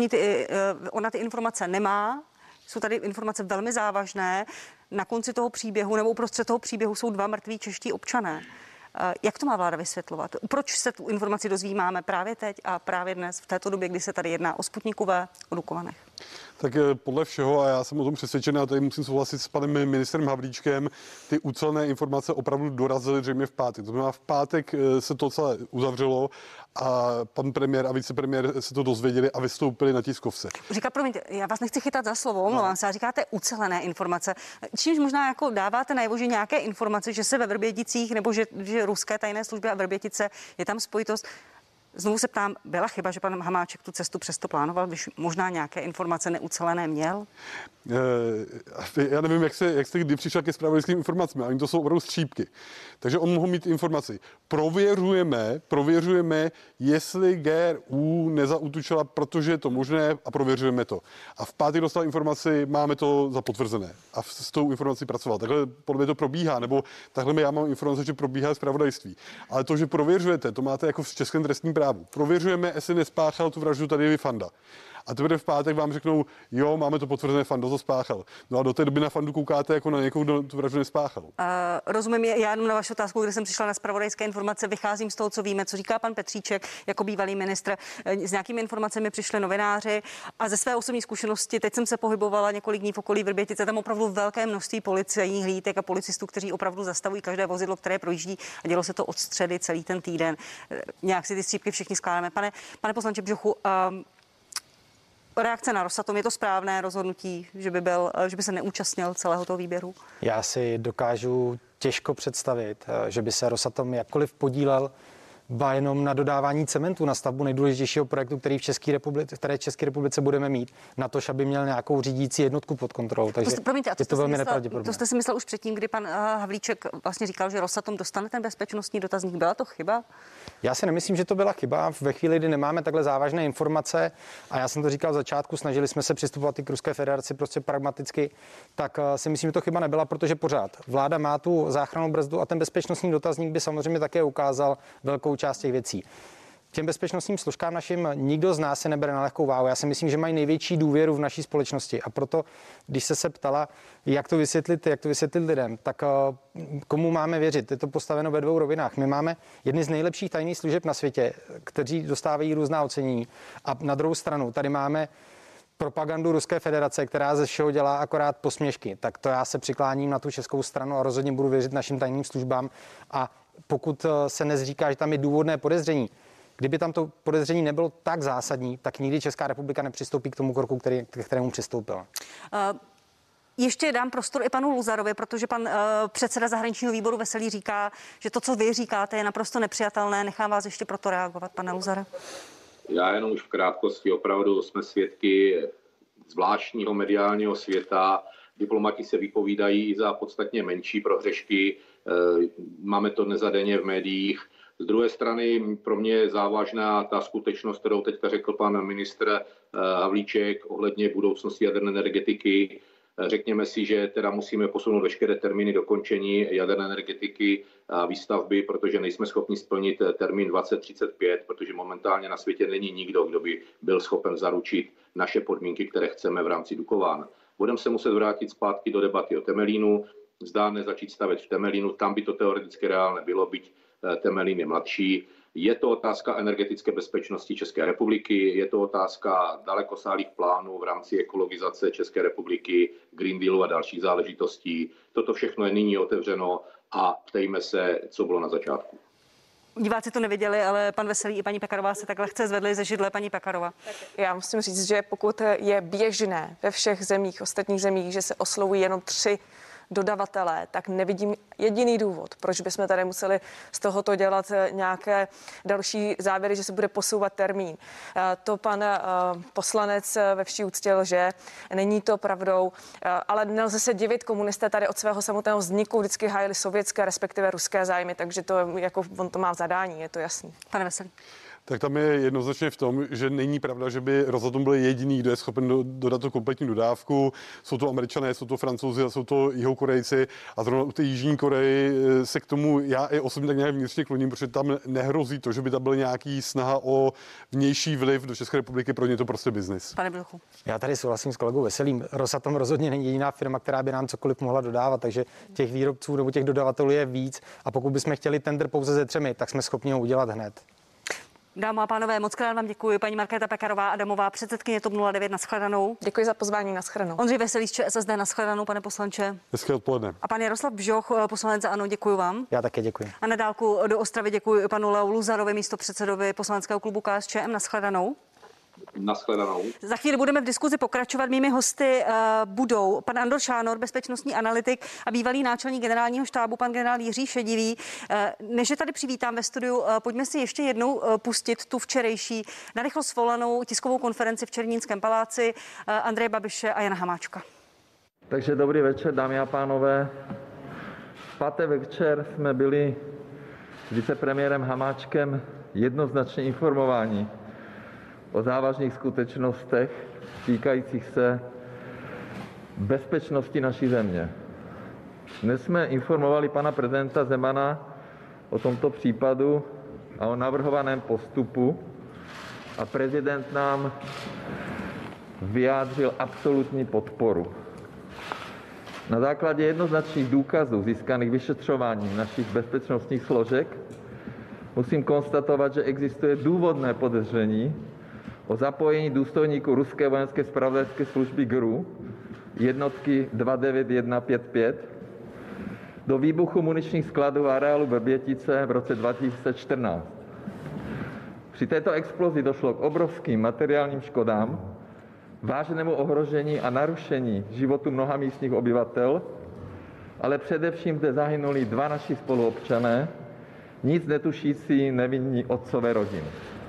A: ona ty informace nemá, jsou tady informace velmi závažné, na konci toho příběhu nebo uprostřed toho příběhu jsou 2 mrtví čeští občané. Jak to má vláda vysvětlovat? Proč se tu informaci dozvímáme právě teď a právě dnes, v této době, kdy se tady jedná o Sputniku V, o Dukovanech?
D: Tak podle všeho, a já jsem o tom přesvědčený, a tady musím souhlasit s panem ministrem Havlíčkem, ty ucelené informace opravdu dorazily zřejmě v pátek. To znamená, v pátek se to celé uzavřelo a pan premiér a vicepremiér se to dozvěděli a vystoupili na tiskovce.
A: Říká, promiňte, já vás nechci chytat za slovo, omlouvám se, a říkáte ucelené informace. Čímž možná jako dáváte najevo, že nějaké informace, že se ve Vrběticích nebo že ruské tajné služby a Vrbětice je tam spojitost. Znovu se ptám, byla chyba, že pan Hamáček tu cestu přesto plánoval, když možná nějaké informace neucelené měl?
D: Já nevím, jak jste kdy přišel ke zpravodajským informacím, ale to jsou opravdu střípky. Takže on mohl mít informaci. Prověřujeme, jestli GRU nezaútočila, protože je to možné a prověřujeme to. A v pátek dostal informaci, máme to za potvrzené. A s tou informací pracoval. Takhle podle mě to probíhá, nebo takhle já mám informace, že probíhá zpravodajství. Ale to, že prověřujete, to máte jako v českém trestním právu. Prověřujeme, jestli nespáchal tu vraždu tady Fanda. A teprve v pátek vám řeknou, jo, máme to potvrzené, Fanda to spáchal. No a do té doby na Fandu koukáte jako na někoho, kdo tu vraždu nespáchal.
A: Rozumím, já jenom na vaši otázku, když jsem přišla na zpravodajské informace, vycházím z toho, co víme, co říká pan Petříček jako bývalý ministr. S nějakými informacemi přišli novináři a ze své osobní zkušenosti, teď jsem se pohybovala několik dní v okolí Vrbětice, tam opravdu velké množství policejních hlídek a policistů, kteří opravdu zastavují každé vozidlo, které projíždí, a dělo se to od středy celý ten týden. Nějak si ty střípky všichni skládáme. Pane poslanče Bžochu, reakce na Rosatom, je to správné rozhodnutí, že by se neúčastnil celého toho výběru?
C: Já si dokážu těžko představit, že by se Rosatom jakkoliv podílel ba jenom na dodávání cementu na stavbu nejdůležitějšího projektu, který v České republice budeme mít, na to, aby měl nějakou řídící jednotku pod kontrolou. Takže je to velmi nepravděpodobné.
A: To jste si myslel už předtím, kdy pan Havlíček vlastně říkal, že Rosatom dostane ten bezpečnostní dotazník. Byla to chyba?
C: Já si nemyslím, že to byla chyba. Ve chvíli, kdy nemáme takhle závažné informace, a já jsem to říkal v začátku, snažili jsme se přistupovat i k Ruské federaci prostě pragmaticky, tak si myslím, že to chyba nebyla, protože pořád vláda má tu záchrannou brzdu a ten bezpečnostní dotazník by samozřejmě také ukázal velkou část těch věcí. těm bezpečnostním složkám našim nikdo z nás se nebere na lehkou váhu. Já si myslím, že mají největší důvěru v naší společnosti a proto, když se ptala, jak to vysvětlit lidem, tak komu máme věřit? Je to postaveno ve dvou rovinách. My máme jedny z nejlepších tajných služeb na světě, kteří dostávají různá ocenění, a na druhou stranu tady máme propagandu Ruské federace, která ze všeho dělá akorát posměšky. Tak to já se přikláním na tu českou stranu a rozhodně budu věřit našim tajným službám. A pokud se nezříká, že tam je důvodné podezření, kdyby tam to podezření nebylo tak zásadní, tak nikdy Česká republika nepřistoupí k tomu kroku, ke kterému přistoupila.
A: Ještě dám prostor i panu Luzarovi, protože pan předseda zahraničního výboru Veselý říká, že to, co vy říkáte, je naprosto nepřijatelné. Nechám vás ještě proto reagovat, pane Luzare.
E: Já jenom už v krátkosti, opravdu jsme svědky zvláštního mediálního světa. Diplomati se vypovídají i za podstatně menší prohřešky. Máme to dnes a denně v médiích. Z druhé strany pro mě je závažná ta skutečnost, kterou teďka řekl pan ministr Havlíček ohledně budoucnosti jaderné energetiky. Řekněme si, že teda musíme posunout veškeré termíny dokončení jaderné energetiky a výstavby, protože nejsme schopni splnit termín 2035, protože momentálně na světě není nikdo, kdo by byl schopen zaručit naše podmínky, které chceme v rámci Dukovan. Budeme se muset vrátit zpátky do debaty o Temelínu, zdá nezačít stavět v Temelínu, tam by to teoreticky reálné bylo, byť Temelín je mladší. Je to otázka energetické bezpečnosti České republiky, je to otázka dalekosáhlých plánů v rámci ekologizace České republiky, Green Dealu a dalších záležitostí. Toto všechno je nyní otevřeno a ptejme se, co bylo na začátku.
A: Diváci to neviděli, ale pan Veselý i paní Pekarová se tak lehce zvedli ze židle. Paní Pekarová.
B: Já musím říct, že pokud je běžné ve všech zemích, ostatních zemích, že se oslovují jenom 3 dodavatelé, tak nevidím jediný důvod, proč bychom tady museli z tohoto dělat nějaké další závěry, že se bude posouvat termín. To pan poslanec ve vší úctě lže, není to pravdou, ale nelze se divit, komunisté tady od svého samotného vzniku vždycky hájili sovětské, respektive ruské zájmy, takže to jako on to má v zadání, je to jasný.
A: Pane Veselý.
D: Tak tam je jednoznačně v tom, že není pravda, že by Rosatom byl jediný, kdo je schopen dodat tu kompletní dodávku. Jsou to Američané, jsou to Francouzi a jsou to Jihokorejci. A zrovna u té Jižní Koreji se k tomu já i osobně tak nějak vnitřně kloním, protože tam nehrozí to, že by tam byl nějaký snaha o vnější vliv do České republiky, pro ně to prostě biznis.
A: Pane Bluchu.
C: Já tady souhlasím s kolegou Veselým. Rosatom rozhodně není jediná firma, která by nám cokoliv mohla dodávat, takže těch výrobců nebo těch dodavatelů je víc. A pokud bychom chtěli tender pouze ze 3, tak jsme schopni ho udělat hned.
A: Dámy a pánové, moc krát vám děkuji. Paní Markéta Pekarová Adamová, předsedkyně TOP 09, nashledanou.
B: Děkuji za pozvání, nashledanou.
A: Ondřej Veselý z ČSSD, nashledanou, pane poslanče.
D: Hezké odpoledne.
A: A pan Jaroslav Bžoch, poslanec za ANO, děkuji vám.
C: Já také děkuji.
A: A na dálku do Ostravy děkuji panu Leu Luzarovi, místopředsedovi poslaneckého klubu KSČM, nashledanou.
E: Nashledanou.
A: Za chvíli budeme v diskuzi pokračovat. Mými hosty budou pan Andor Šánor, bezpečnostní analytik a bývalý náčelník generálního štábu, pan generál Jiří Šedivý. Než je tady přivítám ve studiu, pojďme si ještě jednou pustit tu včerejší narychlo svolanou tiskovou konferenci v Černínském paláci Andreje Babiše a Jana Hamáčka.
G: Takže dobrý večer, dámy a pánové. V pátek večer jsme byli s vicepremiérem Hamáčkem jednoznačně informováni o závažných skutečnostech týkajících se bezpečnosti naší země. Dnes jsme informovali pana prezidenta Zemana o tomto případu a o navrhovaném postupu a prezident nám vyjádřil absolutní podporu. Na základě jednoznačných důkazů získaných vyšetřováním našich bezpečnostních složek musím konstatovat, že existuje důvodné podezření o zapojení důstojníků ruské vojenské zpravodajské služby GRU jednotky 29155 do výbuchu muničních skladů v areálu Vrbětice v roce 2014. Při této explozi došlo k obrovským materiálním škodám, vážnému ohrožení a narušení životu mnoha místních obyvatel, ale především zde zahynuli 2 naši spoluobčané, nic netušící nevinní otcové rodiny.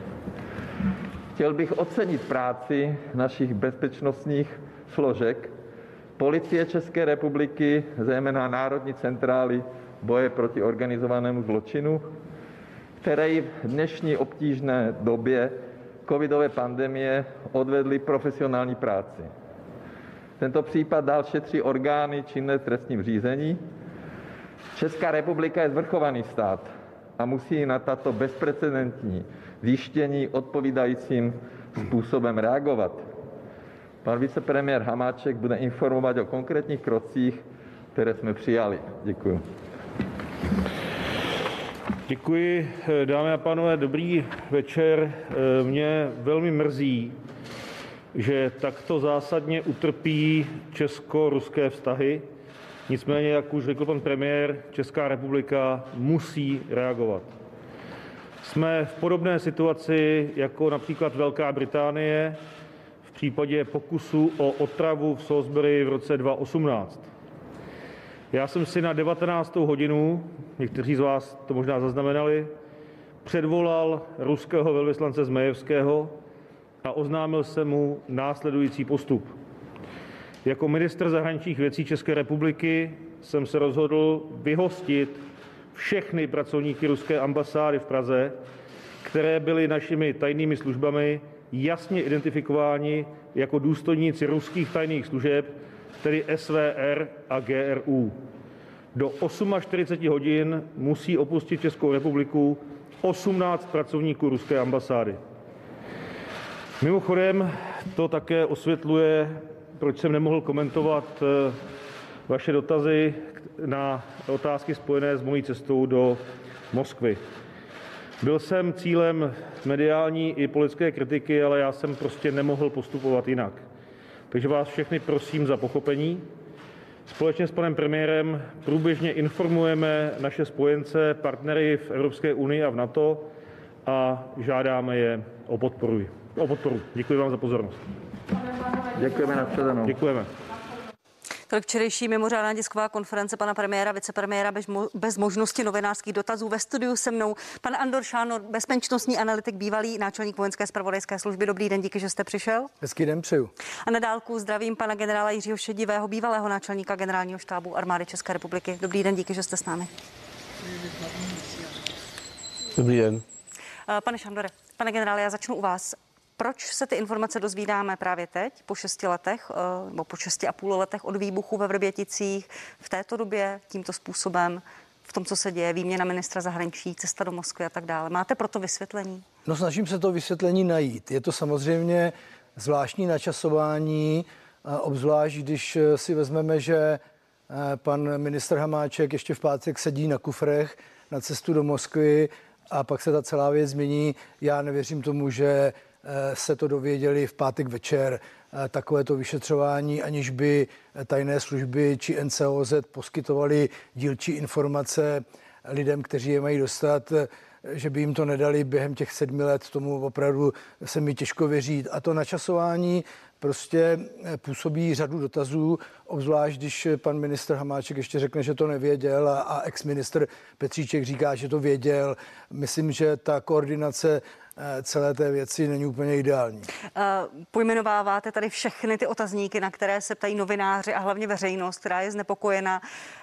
G: Chtěl bych ocenit práci našich bezpečnostních složek, Policie České republiky, zejména Národní centrály boje proti organizovanému zločinu, které v dnešní obtížné době covidové pandemie odvedly profesionální práci. Tento případ dál šetří orgány činné v trestním řízení. Česká republika je svrchovaný stát a musí na tato bezprecedentní zjištění odpovídajícím způsobem reagovat. Pan vicepremiér Hamáček bude informovat o konkrétních krocích, které jsme přijali. Děkuji.
H: Děkuji, dámy a pánové, dobrý večer. Mě velmi mrzí, že takto zásadně utrpí česko-ruské vztahy. Nicméně, jak už řekl pan premiér, Česká republika musí reagovat. Jsme v podobné situaci jako například Velká Británie v případě pokusu o otravu v Salisbury v roce 2018. Já jsem si na 19. hodinu, někteří z vás to možná zaznamenali, předvolal ruského velvyslance Zmejevského a oznámil jsem mu následující postup. Jako ministr zahraničních věcí České republiky jsem se rozhodl vyhostit všechny pracovníky ruské ambasády v Praze, které byly našimi tajnými službami jasně identifikováni jako důstojníci ruských tajných služeb, tedy SVR a GRU. Do 48 hodin musí opustit Českou republiku 18 pracovníků ruské ambasády. Mimochodem, to také osvětluje, proč jsem nemohl komentovat vaše dotazy na otázky spojené s mojí cestou do Moskvy. Byl jsem cílem mediální i politické kritiky, ale já jsem prostě nemohl postupovat jinak. Takže vás všechny prosím za pochopení. Společně s panem premiérem průběžně informujeme naše spojence, partnery v Evropské unii a v NATO a žádáme je o podporu. Děkuji vám za pozornost.
G: Děkujeme, nashledanou.
H: Děkujeme.
A: Tolik včerejší mimořádná tisková konference pana premiéra, vicepremiéra bez možnosti novinářských dotazů. Ve studiu se mnou pan Andor Šánor, bezpečnostní analytik, bývalý náčelník vojenské zpravodajské služby. Dobrý den, díky, že jste přišel.
I: Hezký den přeju.
A: A na dálku zdravím pana generála Jiřího Šedivého, bývalého náčelníka generálního štábu armády České republiky. Dobrý den, díky, že jste s námi.
I: Dobrý den.
A: Pane Šandore, pane generále, já začnu u vás. Proč se ty informace dozvídáme právě teď, po 6 letech, nebo po 6,5 letech od výbuchu ve Vrběticích, v této době, tímto způsobem, v tom, co se děje, výměna ministra zahraničí, cesta do Moskvy a tak dále? Máte proto vysvětlení?
I: No, snažím se to vysvětlení najít. Je to samozřejmě zvláštní načasování, obzvlášť když si vezmeme, že pan ministr Hamáček ještě v pátek sedí na kufrech na cestu do Moskvy a pak se ta celá věc změní. Já nevěřím tomu, že se to dověděli v pátek večer, takovéto vyšetřování, aniž by tajné služby či NCOZ poskytovali dílčí informace lidem, kteří je mají dostat, že by jim to nedali během těch 7 let, tomu opravdu se mi těžko věří. A to načasování prostě působí řadu dotazů, obzvlášť když pan ministr Hamáček ještě řekne, že to nevěděl a ex-ministr Petříček říká, že to věděl. Myslím, že ta koordinace celé té věci není úplně ideální.
A: Pojmenováváte tady všechny ty otazníky, na které se ptají novináři a hlavně veřejnost, která je znepokojena.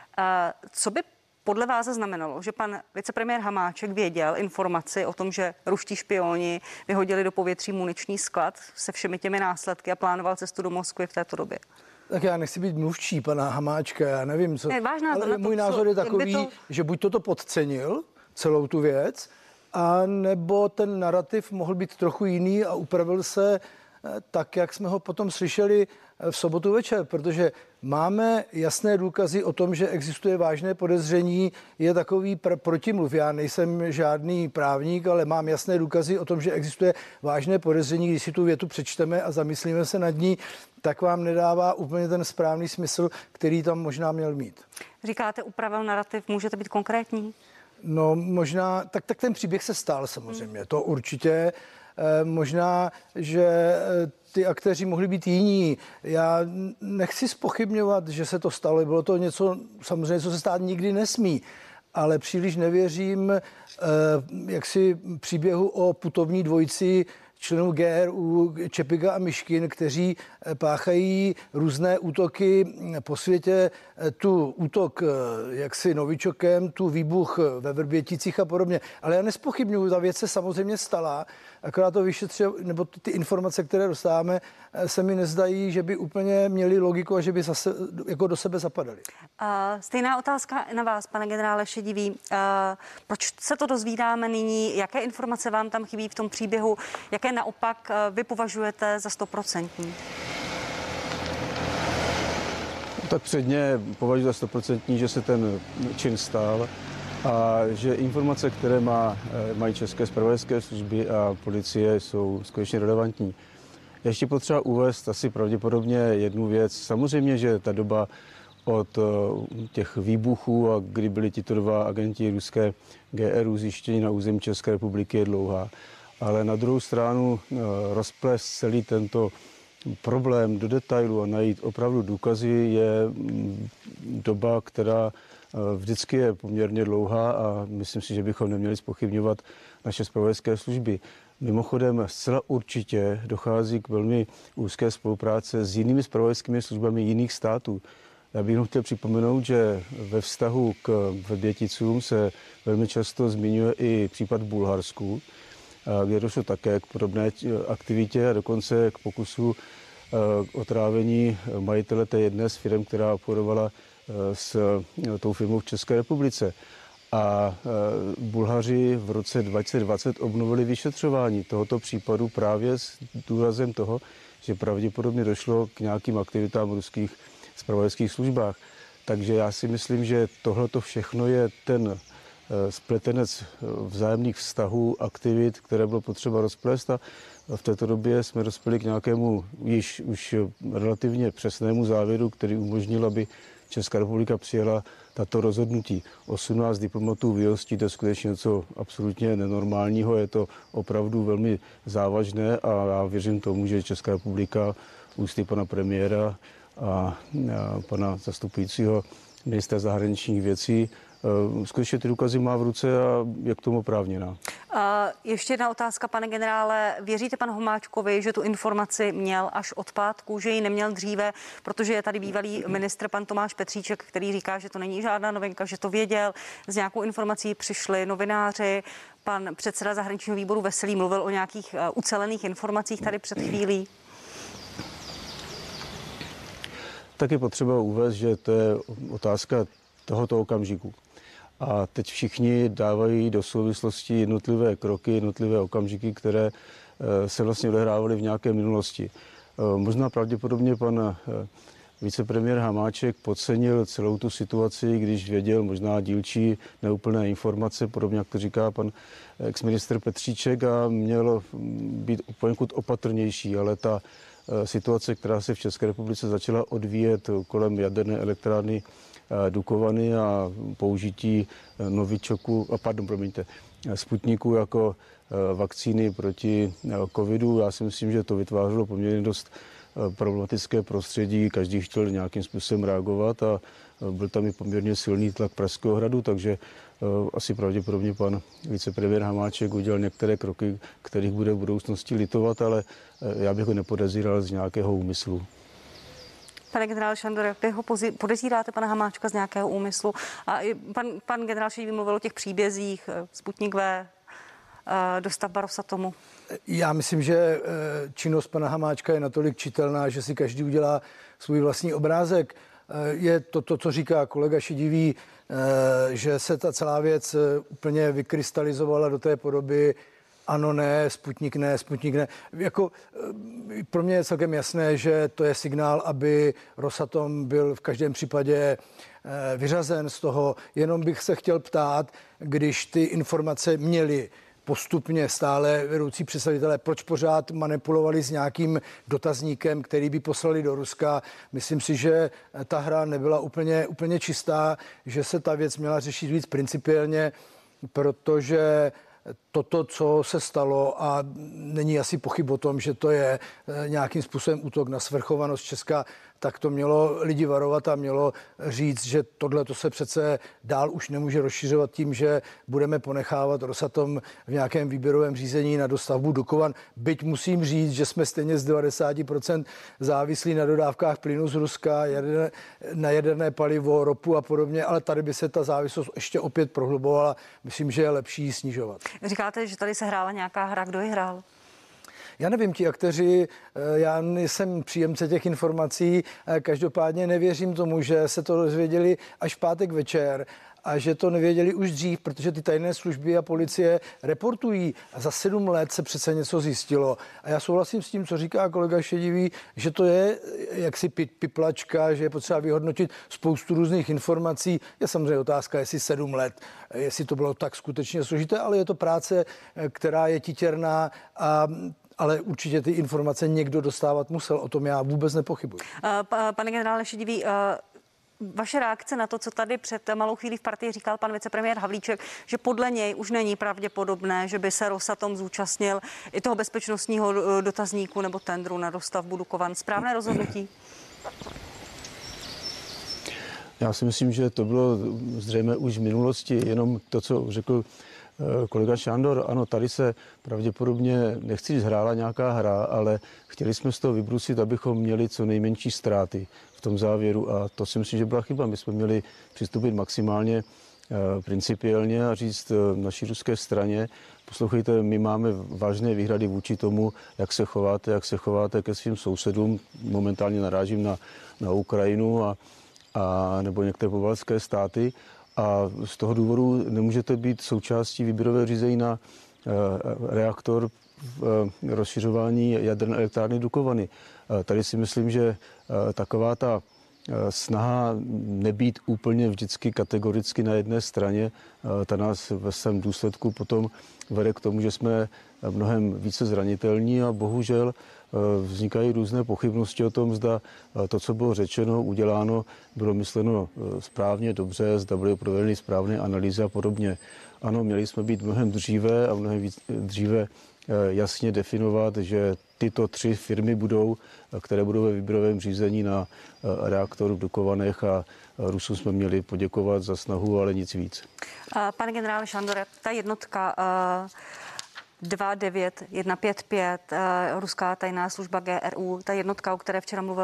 A: Co by podle vás znamenalo, že pan vicepremiér Hamáček věděl informaci o tom, že ruští špioni vyhodili do povětří muniční sklad se všemi těmi následky a plánoval cestu do Moskvy v této době?
I: Tak já nechci být mluvčí pana Hamáčka, já nevím, co.
A: Ne, váš názor,
I: ale můj názor je takový, že buď toto podcenil, celou tu věc, a nebo ten narrativ mohl být trochu jiný a upravil se tak, jak jsme ho potom slyšeli v sobotu večer, protože máme jasné důkazy o tom, že existuje vážné podezření, je takový protimluv. Já nejsem žádný právník, ale mám jasné důkazy o tom, že existuje vážné podezření. Když si tu větu přečteme a zamyslíme se nad ní, tak vám nedává úplně ten správný smysl, který tam možná měl mít.
A: Říkáte, upravil narrativ, můžete být konkrétní?
I: No možná, tak ten příběh se stal samozřejmě, to určitě. Možná, že ty aktéři mohli být jiní. Já nechci zpochybňovat, že se to stalo. Bylo to něco, samozřejmě, co se stát nikdy nesmí. Ale příliš nevěřím jaksi příběhu o putovní dvojici členů GRU Čepiga a Myškin, kteří páchají různé útoky po světě. Tu útok jaksi novičokem, tu výbuch ve Vrběticích a podobně. Ale já nespochybnuju, ta věc se samozřejmě stala, akorát to vyšetřuje, nebo ty informace, které dostáváme, se mi nezdají, že by úplně měly logiku a že by zase jako do sebe zapadaly.
A: Stejná otázka na vás, pane generále Šedivý. Proč se to dozvídáme nyní? Jaké informace vám tam chybí v tom příběhu? Jaké naopak vy považujete za 100%?
J: Tak předně považuji za 100%, že se ten čin stal a že informace, které mají české zpravodajské služby a policie, jsou skutečně relevantní. Ještě potřeba uvést asi pravděpodobně jednu věc. Samozřejmě, že ta doba od těch výbuchů, a kdy byli tito dva agenti ruské GRU zjištěni na území České republiky, je dlouhá. Ale na druhou stranu rozplést celý tento problém do detailu a najít opravdu důkazy je doba, která vždycky je poměrně dlouhá a myslím si, že bychom neměli zpochybňovat naše zpravodajské služby. Mimochodem, zcela určitě dochází k velmi úzké spolupráce s jinými zpravodajskými službami jiných států. Já bych jenom chtěl připomenout, že ve vztahu k Vrběticům se velmi často zmiňuje i případ v Bulharsku, kde došlo také k podobné aktivitě a dokonce k pokusu otrávení majitele té jedné z firm, která obchodovala s tou firmou v České republice. A Bulhaři v roce 2020 obnovili vyšetřování tohoto případu právě s důrazem toho, že pravděpodobně došlo k nějakým aktivitám v ruských zpravodajských službách. Takže já si myslím, že tohleto všechno je ten spletenec vzájemných vztahů, aktivit, které bylo potřeba rozplést a v této době jsme dospěli k nějakému již už relativně přesnému závěru, který umožnil, aby Česká republika přijala tato rozhodnutí. 18 diplomatů vyhostí, to je skutečně něco absolutně nenormálního, je to opravdu velmi závažné a já věřím tomu, že Česká republika ústy pana premiéra a pana zastupujícího ministra zahraničních věcí skutečně ty důkazy má v ruce a je k tomu oprávněná.
A: Ještě jedna otázka, pane generále. Věříte panu Hamáčkovi, že tu informaci měl až od pátku, že ji neměl dříve, protože je tady bývalý ministr pan Tomáš Petříček, který říká, že to není žádná novinka, že to věděl. S nějakou informací přišli novináři. Pan předseda zahraničního výboru Veselý mluvil o nějakých ucelených informacích tady před chvílí.
J: Tak je potřeba uvést, že to je otázka tohoto okamžiku. A teď všichni dávají do souvislosti jednotlivé kroky, jednotlivé okamžiky, které se vlastně odehrávaly v nějaké minulosti. Možná pravděpodobně pan vicepremiér Hamáček podcenil celou tu situaci, když věděl možná dílčí neúplné informace, podobně jak to říká pan exministr Petříček, a měl být poněkud opatrnější, ale ta situace, která se v České republice začala odvíjet kolem jaderné elektrárny Dukovany a použití Sputniku jako vakcíny proti covidu. Já si myslím, že to vytvářelo poměrně dost problematické prostředí. Každý chtěl nějakým způsobem reagovat a byl tam i poměrně silný tlak Pražského hradu, takže asi pravděpodobně pan vicepremiér Hamáček udělal některé kroky, kterých bude v budoucnosti litovat, ale já bych ho nepodezíral z nějakého úmyslu.
A: Pane generál Šandore, vy ho podezíráte pana Hamáčka z nějakého úmyslu? A pan generál Šedivý mluvil o těch příbězích, Sputnik V, dostavba Rosatomu.
I: Já myslím, že činnost pana Hamáčka je natolik čitelná, že si každý udělá svůj vlastní obrázek. Je to, co říká kolega Šedivý, že se ta celá věc úplně vykrystalizovala do té podoby ano, ne, Sputnik ne. Jako, pro mě je celkem jasné, že to je signál, aby Rosatom byl v každém případě vyřazen z toho. Jenom bych se chtěl ptát, když ty informace měli postupně stále vedoucí představitelé, proč pořád manipulovali s nějakým dotazníkem, který by poslali do Ruska. Myslím si, že ta hra nebyla úplně čistá, že se ta věc měla řešit víc principiálně, protože toto, co se stalo, a není asi pochyb o tom, že to je nějakým způsobem útok na svrchovanost Česka, tak to mělo lidi varovat a mělo říct, že tohle to se přece dál už nemůže rozšiřovat tím, že budeme ponechávat Rosatom v nějakém výběrovém řízení na dostavbu Dukovan. Byť musím říct, že jsme stejně z 90% závislí na dodávkách plynu z Ruska, na jaderné palivo, ropu a podobně, ale tady by se ta závislost ještě opět prohlubovala. Myslím, že je lepší ji snižovat.
A: Říkáte, že tady se hrála nějaká hra, kdo ji hrál?
I: Já nevím, ti akteři, já nejsem příjemce těch informací, každopádně nevěřím tomu, že se to dozvěděli až v pátek večer a že to nevěděli už dřív, protože ty tajné služby a policie reportují a za 7 let se přece něco zjistilo. A já souhlasím s tím, co říká kolega Šedivý, že to je jaksi piplačka, že je potřeba vyhodnotit spoustu různých informací. Je samozřejmě otázka, jestli 7 let, jestli to bylo tak skutečně složité, ale je to práce, která je titěrná ale určitě ty informace někdo dostávat musel, o tom já vůbec nepochybuji.
A: Pane generále Šedivý, vaše reakce na to, co tady před malou chvílí v Partii říkal pan vicepremiér Havlíček, že podle něj už není pravděpodobné, že by se Rosatom zúčastnil i toho bezpečnostního dotazníku nebo tendru na dostavbu Dukovan. Správné rozhodnutí?
J: Já si myslím, že to bylo zřejmě už v minulosti, jenom to, co řekl kolega Šandor, ano, tady se pravděpodobně, nechci zhrála nějaká hra, ale chtěli jsme z toho vybrusit, abychom měli co nejmenší ztráty v tom závěru a to si myslím, že byla chyba. My jsme měli přistupit maximálně principiálně a říct naší ruské straně, poslouchejte, my máme vážné výhrady vůči tomu, jak se chováte ke svým sousedům, momentálně narážím na Ukrajinu a nebo některé pobaltské státy. A z toho důvodu nemůžete být součástí výběrového řízení na reaktor v rozšiřování jaderné elektrárny Dukovany. Tady si myslím, že taková ta snaha nebýt úplně vždycky kategoricky na jedné straně, ta nás ve svém důsledku potom vede k tomu, že jsme mnohem více zranitelní a bohužel vznikají různé pochybnosti o tom, zda to, co bylo řečeno, uděláno, bylo mysleno správně, dobře, zda byly provedeny správné analýzy a podobně. Ano, měli jsme být mnohem dříve a mnohem dříve jasně definovat, že tyto 3 firmy které budou ve výběrovém řízení na reaktor v Dukovanech a Rusům jsme měli poděkovat za snahu, ale nic víc.
A: Pane generále Šandore, ta jednotka 29155, ruská tajná služba GRU, ta jednotka, o které včera mluvil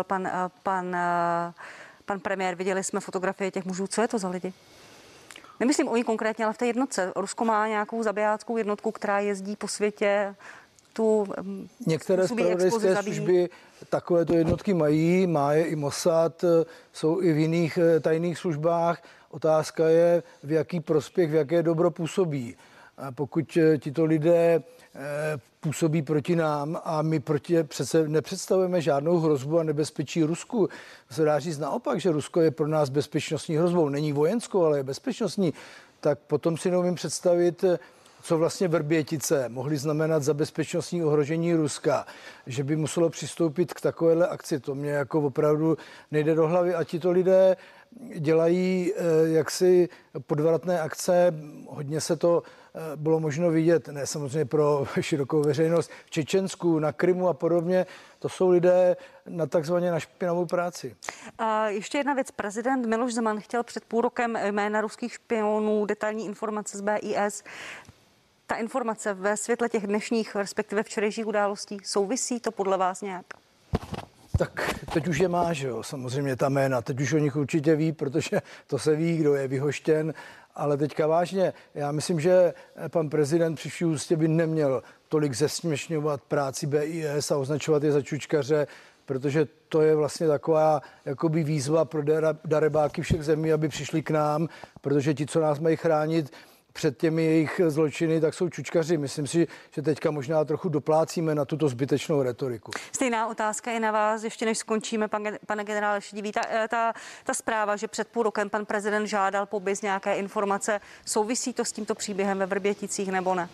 A: pan premiér, viděli jsme fotografie těch mužů. Co je to za lidi? Nemyslím o ní konkrétně, ale v té jednotce. Rusko má nějakou zabijáckou jednotku, která jezdí po světě.
I: Některé zpravodajské služby takovéto jednotky mají, má je i Mossad, jsou i v jiných tajných službách. Otázka je, v jaký prospěch, v jaké dobro působí. A pokud tito lidé působí proti nám a my přece nepředstavujeme žádnou hrozbu a nebezpečí Rusku. Se dá říct naopak, že Rusko je pro nás bezpečnostní hrozbou. Není vojenskou, ale je bezpečnostní. Tak potom si neumím představit, co vlastně Vrbětice mohly znamenat za bezpečnostní ohrožení Ruska, že by muselo přistoupit k takovéhle akci. To mě jako opravdu nejde do hlavy. A tito lidé dělají jaksi podvratné akce. Hodně se to bylo možno vidět, ne samozřejmě pro širokou veřejnost, v Čečensku, na Krymu a podobně. To jsou lidé na takzvaně na špinavou práci.
A: A ještě jedna věc. Prezident Miloš Zeman chtěl před půl rokem jména ruských špionů, detailní informace z BIS. Ta informace ve světle těch dnešních, respektive včerejších událostí, souvisí to podle vás nějak?
I: Tak teď už je má, že jo, samozřejmě ta jména. Teď už o nich určitě ví, protože to se ví, kdo je vyhoštěn. Ale teďka vážně, já myslím, že pan prezident při vší úctě by neměl tolik zesměšňovat práci BIS a označovat je za čučkaře, protože to je vlastně taková jakoby výzva pro darebáky všech zemí, aby přišli k nám, protože ti, co nás mají chránit před těmi jejich zločiny, tak jsou čučkaři. Myslím si, že teďka možná trochu doplácíme na tuto zbytečnou retoriku.
A: Stejná otázka je na vás, ještě než skončíme, pane generále Šedivý. Ta zpráva, že před půl rokem pan prezident žádal po BIS nějaké informace, souvisí to s tímto příběhem ve Vrběticích nebo ne?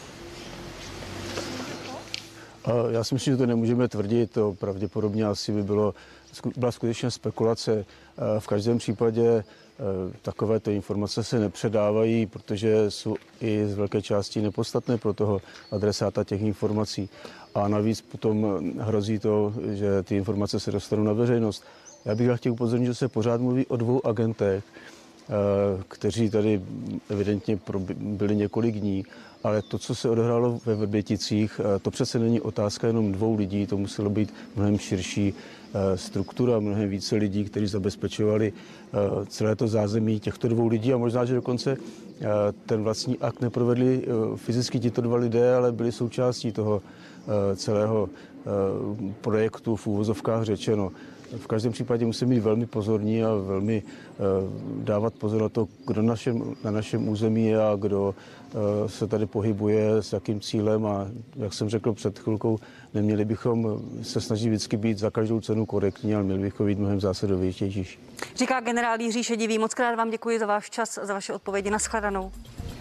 J: Já si myslím, že to nemůžeme tvrdit, to pravděpodobně asi by byla skutečně spekulace. V každém případě takovéto informace se nepředávají, protože jsou i z velké části nepodstatné pro toho adresáta těch informací. A navíc potom hrozí to, že ty informace se dostanou na veřejnost. Já bych chtěl upozornit, že se pořád mluví o 2 agentech, kteří tady evidentně byli několik dní, ale to, co se odehrálo ve Vrběticích, to přece není otázka jenom 2 lidí, to muselo být mnohem širší struktura, mnohem více lidí, kteří zabezpečovali celé to zázemí těchto 2 lidí a možná, že dokonce ten vlastní akt neprovedli fyzicky tito 2 lidé, ale byli součástí toho celého projektu v úvozovkách řečeno. V každém případě musíme být velmi pozorní a velmi dávat pozor na to, kdo na našem území je a kdo se tady pohybuje, s jakým cílem a jak jsem řekl před chvilkou, neměli bychom se snažit vždycky být za každou cenu korektní, ale měli bychom být mnohem zásadovější.
A: Říká generál Jiří Šedivý. Moc krát vám děkuji za váš čas, za vaše odpovědi. Nashledanou.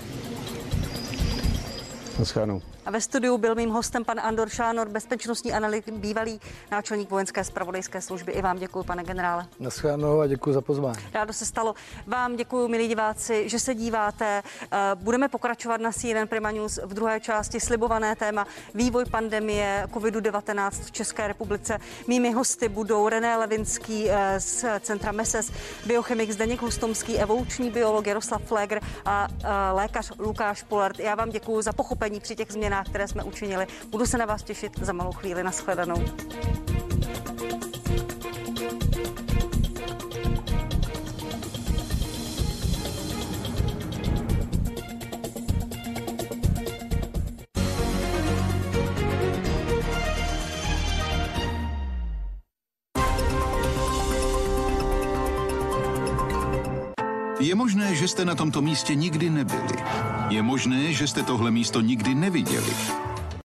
J: Nashledanou.
A: A ve studiu byl mým hostem pan Andor Šánor, bezpečnostní analytik, bývalý náčelník vojenské zpravodajské služby. I vám děkuji, pane generále.
I: Nashledanou a děkuji za pozvání.
A: Rádo se stalo. Vám děkuji, milí diváci, že se díváte. Budeme pokračovat na CNN Prima News v druhé části. Slibované téma vývoj pandemie COVID-19 v České republice. Mými hosty budou René Levinský z centra MESES, biochemik Zdeněk Hustomský, evoluční biolog Jaroslav Flegr a lékař Lukáš Polert. Já vám děkuji za pochopení při těch změnách, které jsme učinili. Budu se na vás těšit za malou chvíli. Nashledanou.
K: Je možné, že jste na tomto místě nikdy nebyli. Je možné, že jste tohle místo nikdy neviděli.